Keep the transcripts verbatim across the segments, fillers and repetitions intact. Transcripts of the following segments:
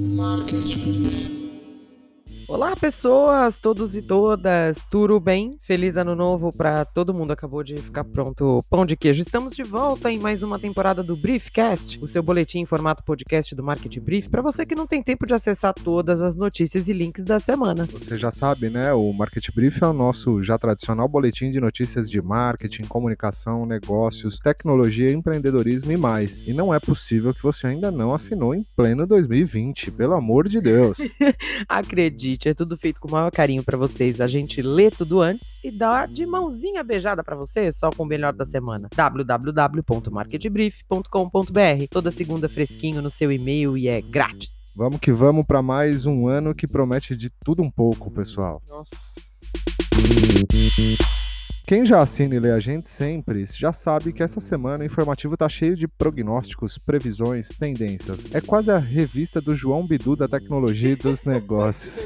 Olá, pessoas, todos e todas, tudo bem? Feliz ano novo para todo mundo. Acabou de ficar pronto o pão de queijo. Estamos de volta em mais uma temporada do Briefcast, o seu boletim em formato podcast do Market Brief, para você que não tem tempo de acessar todas as notícias e links da semana. Você já sabe, né? O Market Brief é o nosso já tradicional boletim de notícias de marketing, comunicação, negócios, tecnologia, empreendedorismo e mais. E não é possível que você ainda não assinou em pleno dois mil e vinte, pelo amor de Deus. Acredite, é tudo feito com o maior carinho para vocês. A gente lê tudo antes e dá de mãozinha beijada para você, só com o melhor da semana. w w w ponto market brief ponto com ponto b r. Toda segunda fresquinho no seu e-mail e é grátis. Vamos que vamos para mais um ano que promete de tudo um pouco, pessoal. Nossa. Quem já assina e lê a gente sempre, já sabe que essa semana o informativo tá cheio de prognósticos, previsões, tendências. É quase a revista do João Bidu da tecnologia e dos negócios.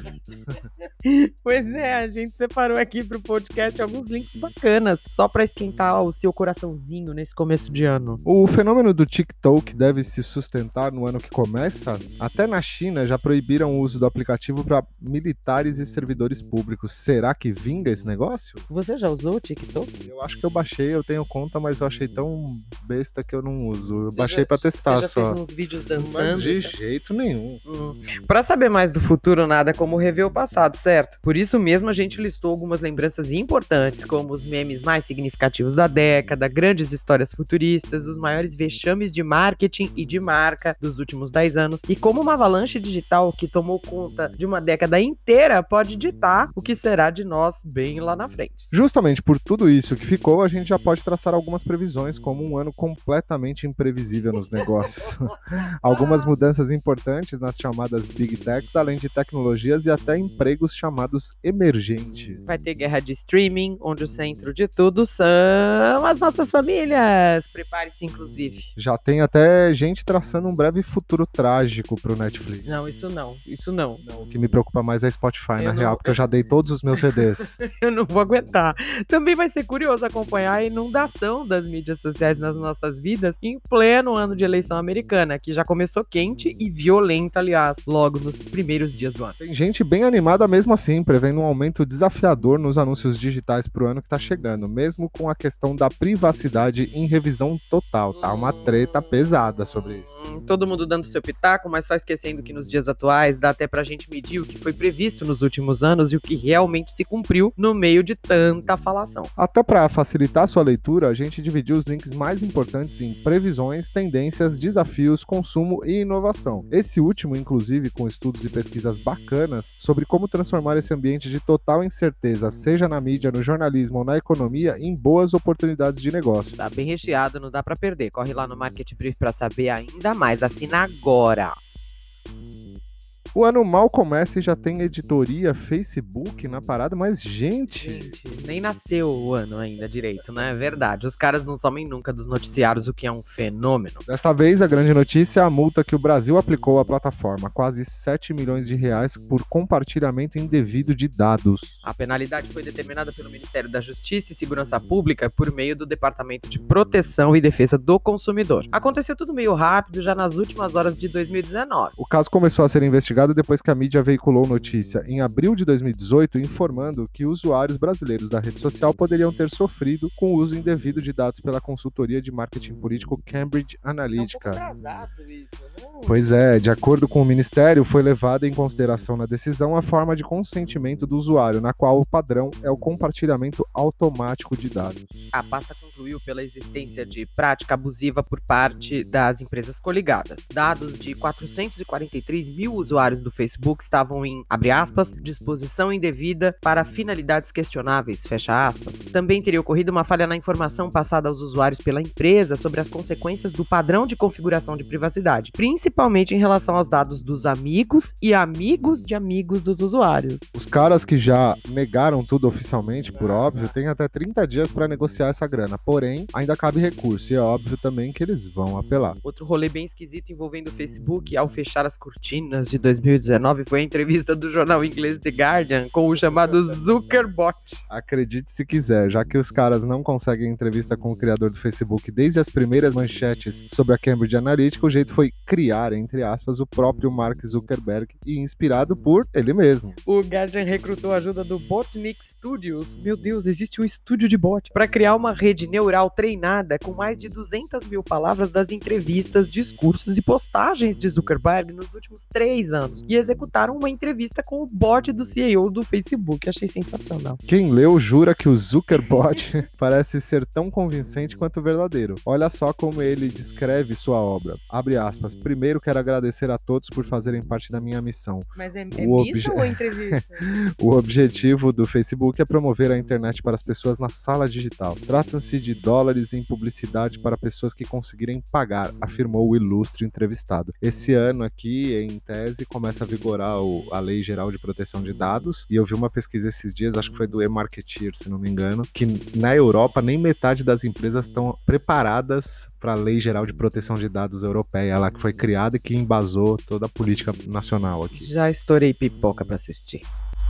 Pois é, a gente separou aqui pro podcast alguns links bacanas, só para esquentar o seu coraçãozinho nesse começo de ano. O fenômeno do TikTok deve se sustentar no ano que começa. Até na China já proibiram o uso do aplicativo para militares e servidores públicos. Será que vinga esse negócio? Você já usou o TikTok? Eu acho que eu baixei, eu tenho conta, mas eu achei tão besta que eu não uso. Eu Você baixei já, para testar você já só. fez uns vídeos Mas dançando? de Então? jeito nenhum. Hum. Para saber mais do futuro, nada como rever o passado, certo? Por isso mesmo a gente listou algumas lembranças importantes, como os memes mais significativos da década, grandes histórias futuristas, os maiores vexames de marketing e de marca dos últimos dez anos, e como uma avalanche digital que tomou conta de uma década inteira pode ditar o que será de nós bem lá na frente. Justamente por tudo isso que ficou, a gente já pode traçar algumas previsões, como um ano completamente imprevisível nos negócios. Algumas mudanças importantes nas chamadas Big Techs, além de tecnologias e até empregos chamados emergentes. Vai ter guerra de streaming, onde o centro de tudo são as nossas famílias. Prepare-se, inclusive. Já tem até gente traçando um breve futuro trágico pro Netflix. Não, isso não, isso não. Não, o que me preocupa mais é Spotify, Eu na não- real, porque eu já dei todos os meus C Ds. Eu não vou aguentar. Também vai ser curioso acompanhar a inundação das mídias sociais nas nossas vidas em pleno ano de eleição americana, que já começou quente e violenta, aliás, logo nos primeiros dias do ano. Tem gente bem animada mesmo assim, prevendo um aumento desafiador nos anúncios digitais pro ano que tá chegando, mesmo com a questão da privacidade em revisão total, tá? Uma treta pesada sobre isso. Hum, todo mundo dando seu pitaco, mas só esquecendo que nos dias atuais dá até pra gente medir o que foi previsto nos últimos anos e o que realmente se cumpriu no meio de tanta falação. Até para facilitar sua leitura, a gente dividiu os links mais importantes em previsões, tendências, desafios, consumo e inovação. Esse último, inclusive, com estudos e pesquisas bacanas sobre como transformar esse ambiente de total incerteza, seja na mídia, no jornalismo ou na economia, em boas oportunidades de negócio. Tá bem recheado, não dá pra perder. Corre lá no Market Brief pra saber ainda mais. Assina agora. O ano mal começa e já tem editoria Facebook na parada, mas gente... Gente, nem nasceu o ano ainda direito, né? É verdade. Os caras não somem nunca dos noticiários, o que é um fenômeno. Dessa vez, a grande notícia é a multa que o Brasil aplicou à plataforma, quase sete milhões de reais por compartilhamento indevido de dados. A penalidade foi determinada pelo Ministério da Justiça e Segurança Pública por meio do Departamento de Proteção e Defesa do Consumidor. Aconteceu tudo meio rápido, já nas últimas horas de dois mil e dezenove. O caso começou a ser investigado depois que a mídia veiculou notícia em abril de dois mil e dezoito, informando que usuários brasileiros da rede social poderiam ter sofrido com o uso indevido de dados pela consultoria de marketing político Cambridge Analytica. É um pouco atrasado isso, né? Pois é, de acordo com o Ministério, foi levada em consideração na decisão a forma de consentimento do usuário, na qual o padrão é o compartilhamento automático de dados. A pasta concluiu pela existência de prática abusiva por parte das empresas coligadas. Dados de quatrocentos e quarenta e três mil usuários do Facebook estavam em, abre aspas, disposição indevida para finalidades questionáveis, fecha aspas. Também teria ocorrido uma falha na informação passada aos usuários pela empresa sobre as consequências do padrão de configuração de privacidade, principalmente em relação aos dados dos amigos e amigos de amigos dos usuários. Os caras que já negaram tudo oficialmente, por óbvio, têm até trinta dias para negociar essa grana, porém, ainda cabe recurso e é óbvio também que eles vão apelar. Outro rolê bem esquisito envolvendo o Facebook ao fechar as cortinas de dois mil mil e dezenove foi a entrevista do jornal inglês The Guardian com o chamado Zuckerbot. Acredite se quiser, já que os caras não conseguem entrevista com o criador do Facebook desde as primeiras manchetes sobre a Cambridge Analytica, o jeito foi criar, entre aspas, o próprio Mark Zuckerberg e inspirado por ele mesmo. O Guardian recrutou a ajuda do Botnik Studios, meu Deus, existe um estúdio de bot, para criar uma rede neural treinada com mais de duzentas mil palavras das entrevistas, discursos e postagens de Zuckerberg nos últimos três anos. E executaram uma entrevista com o bot do C E O do Facebook. Achei sensacional. Quem leu jura que o Zuckerbot parece ser tão convincente quanto o verdadeiro. Olha só como ele descreve sua obra. Abre aspas. Primeiro quero agradecer a todos por fazerem parte da minha missão. Mas é, é O missa obje- ou entrevista? O objetivo do Facebook é promover a internet para as pessoas na sala digital. Trata-se de dólares em publicidade para pessoas que conseguirem pagar, afirmou o ilustre entrevistado. Esse ano aqui, em tese, começa a vigorar o- a Lei Geral de Proteção de Dados, e eu vi uma pesquisa esses dias, acho que foi do eMarketeer, se não me engano, que na Europa nem metade das empresas estão preparadas para a Lei Geral de Proteção de Dados europeia, lá que foi criada e que embasou toda a política nacional aqui. Já estourei pipoca pra assistir.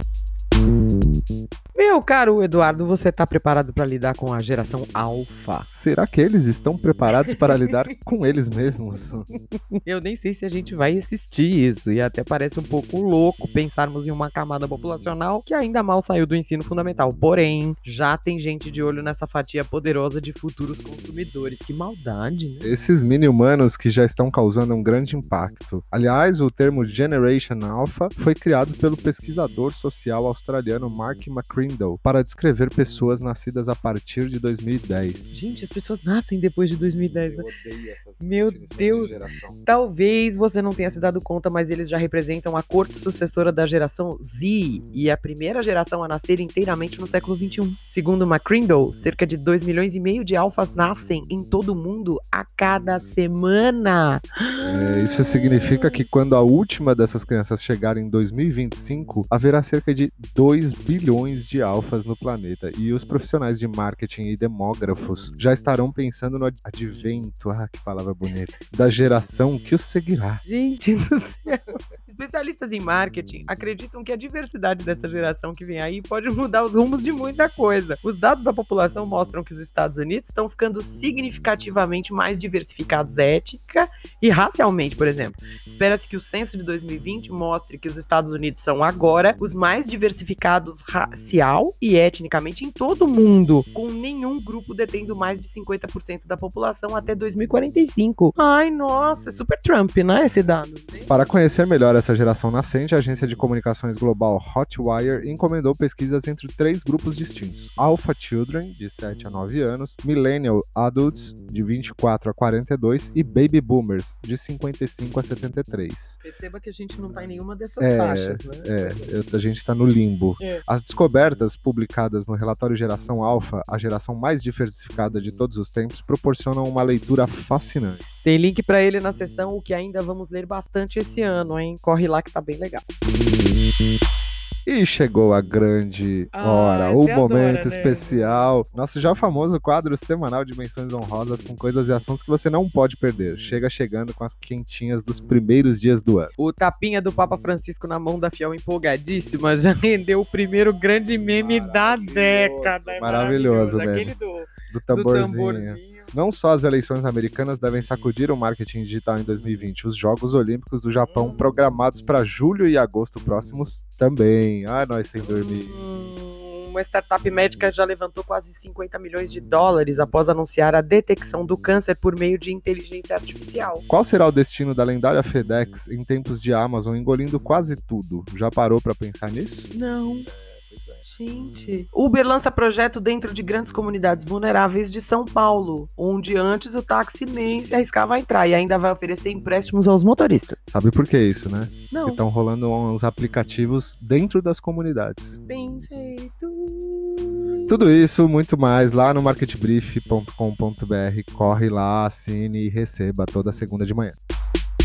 Meu caro Eduardo, você tá preparado pra lidar com a geração alfa? Será que eles estão preparados para lidar com eles mesmos? Eu nem sei se a gente vai assistir isso, e até parece um pouco louco pensarmos em uma camada populacional que ainda mal saiu do ensino fundamental. Porém, já tem gente de olho nessa fatia poderosa de futuros consumidores. Que maldade, né? Esses mini-humanos que já estão causando um grande impacto. Aliás, o termo Generation Alpha foi criado pelo pesquisador social australiano Mark McCrindle para descrever pessoas nascidas a partir de dois mil e dez. Gente, as pessoas nascem depois de dois mil e dez, né? odeio essas Meu definições Deus. de geração. Talvez você não tenha se dado conta, mas eles já representam a corte sucessora da geração Z e a primeira geração a nascer inteiramente no século vinte e um. Segundo McCrindle, cerca de dois milhões e meio de alfas nascem em todo o mundo a cada semana. É, isso significa que quando a última dessas crianças chegar em dois mil e vinte e cinco, haverá cerca de dois bilhões de alfas no planeta. E os profissionais de marketing e demógrafos já estarão pensando no advento, ah, que palavra bonita, da geração que os seguirá. Gente do céu. Especialistas em marketing acreditam que a diversidade dessa geração que vem aí pode mudar os rumos de muita coisa. Os dados da população mostram que os Estados Unidos estão ficando significativamente mais diversificados étnica e racialmente, por exemplo. Espera-se que o censo de dois mil e vinte mostre que os Estados Unidos são agora os mais diversificados racial e etnicamente em todo o mundo, com nenhum grupo detendo mais de cinquenta por cento da população até dois mil e quarenta e cinco. Ai, nossa, é super Trump, né, esse dado? Para conhecer melhor essa geração nascente, a agência de comunicações global Hotwire encomendou pesquisas entre três grupos distintos: Alpha Children, de sete a nove anos, Millennial Adults, de vinte e quatro a quarenta e dois, e Baby Boomers, de cinquenta e cinco a setenta e três. Perceba que a gente não tá em nenhuma dessas É, faixas, né? É, eu- a gente está no limbo. É. As descobertas publicadas no relatório Geração Alpha, a geração mais diversificada de todos os tempos, proporcionam uma leitura fascinante. Tem link pra ele na seção, o que ainda vamos ler bastante esse ano, hein? Corre lá que tá bem legal. E chegou a grande Ah, hora, o você adora, momento né? especial, nosso já famoso quadro semanal de menções honrosas com coisas e assuntos que você não pode perder. Chega chegando com as quentinhas dos primeiros dias do ano. O tapinha do Papa Francisco na mão da fiel empolgadíssima já rendeu o primeiro grande meme da década. É maravilhoso, meme. Aquele do, Do do tamborzinho. tamborzinho. Não só as eleições americanas devem sacudir o marketing digital em dois mil e vinte, os Jogos Olímpicos do Japão, programados para julho e agosto próximos, também. Ah, nós sem dormir. Hum, Uma startup médica já levantou quase cinquenta milhões de dólares após anunciar a detecção do câncer por meio de inteligência artificial. Qual será o destino da lendária FedEx em tempos de Amazon engolindo quase tudo? Já parou para pensar nisso? Não. Gente. Uber lança projeto dentro de grandes comunidades vulneráveis de São Paulo, onde antes o táxi nem se arriscava a entrar e ainda vai oferecer empréstimos aos motoristas. Sabe por que isso, né? Não. Estão rolando uns aplicativos dentro das comunidades. Bem feito. Tudo isso, muito mais, lá no market brief ponto com ponto b r. Corre lá, assine e receba toda segunda de manhã.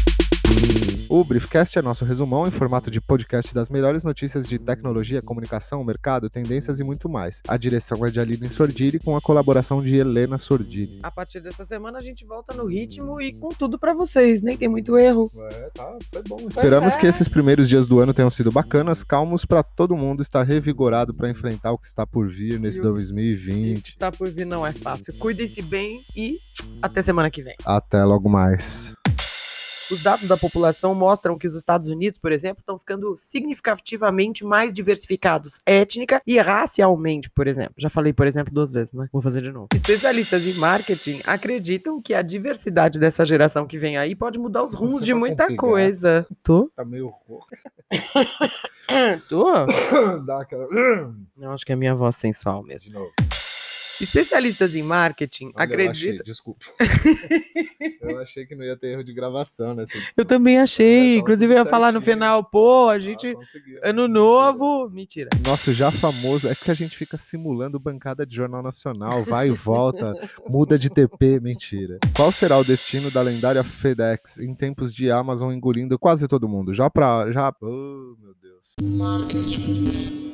O Briefcast é nosso resumão em formato de podcast das melhores notícias de tecnologia, comunicação, mercado, tendências e muito mais. A direção é de Aline Sordilli com a colaboração de Helena Sordilli. A partir dessa semana a gente volta no ritmo e com tudo pra vocês, nem tem muito erro. É, tá, foi bom. Esperamos é. que esses primeiros dias do ano tenham sido bacanas, calmos pra todo mundo estar revigorado pra enfrentar o que está por vir nesse dois mil e vinte. O que está por vir não é fácil. Cuidem-se bem e até semana que vem. Até logo mais. Os dados da população mostram que os Estados Unidos, por exemplo, estão ficando significativamente mais diversificados étnica e racialmente, por exemplo. Já falei, por exemplo, duas vezes, né? Vou fazer de novo. Especialistas em marketing acreditam que a diversidade dessa geração que vem aí pode mudar os rumos de muita coisa. Tô? Tá meio rouco. Tô? Dá aquela... Eu acho que é a minha voz sensual mesmo. De novo. Especialistas em marketing Olha, acreditam... Eu achei, desculpa. Eu achei que não ia ter erro de gravação nessa edição. Eu também achei. É, inclusive eu ia falar no final, pô, a gente... Ah, ano novo... Mentira. Nosso já famoso... É que a gente fica simulando bancada de Jornal Nacional. Vai e volta, muda de T P. Mentira. Qual será o destino da lendária FedEx em tempos de Amazon engolindo quase todo mundo? Já pra... Já... Oh, meu Deus. Marketing.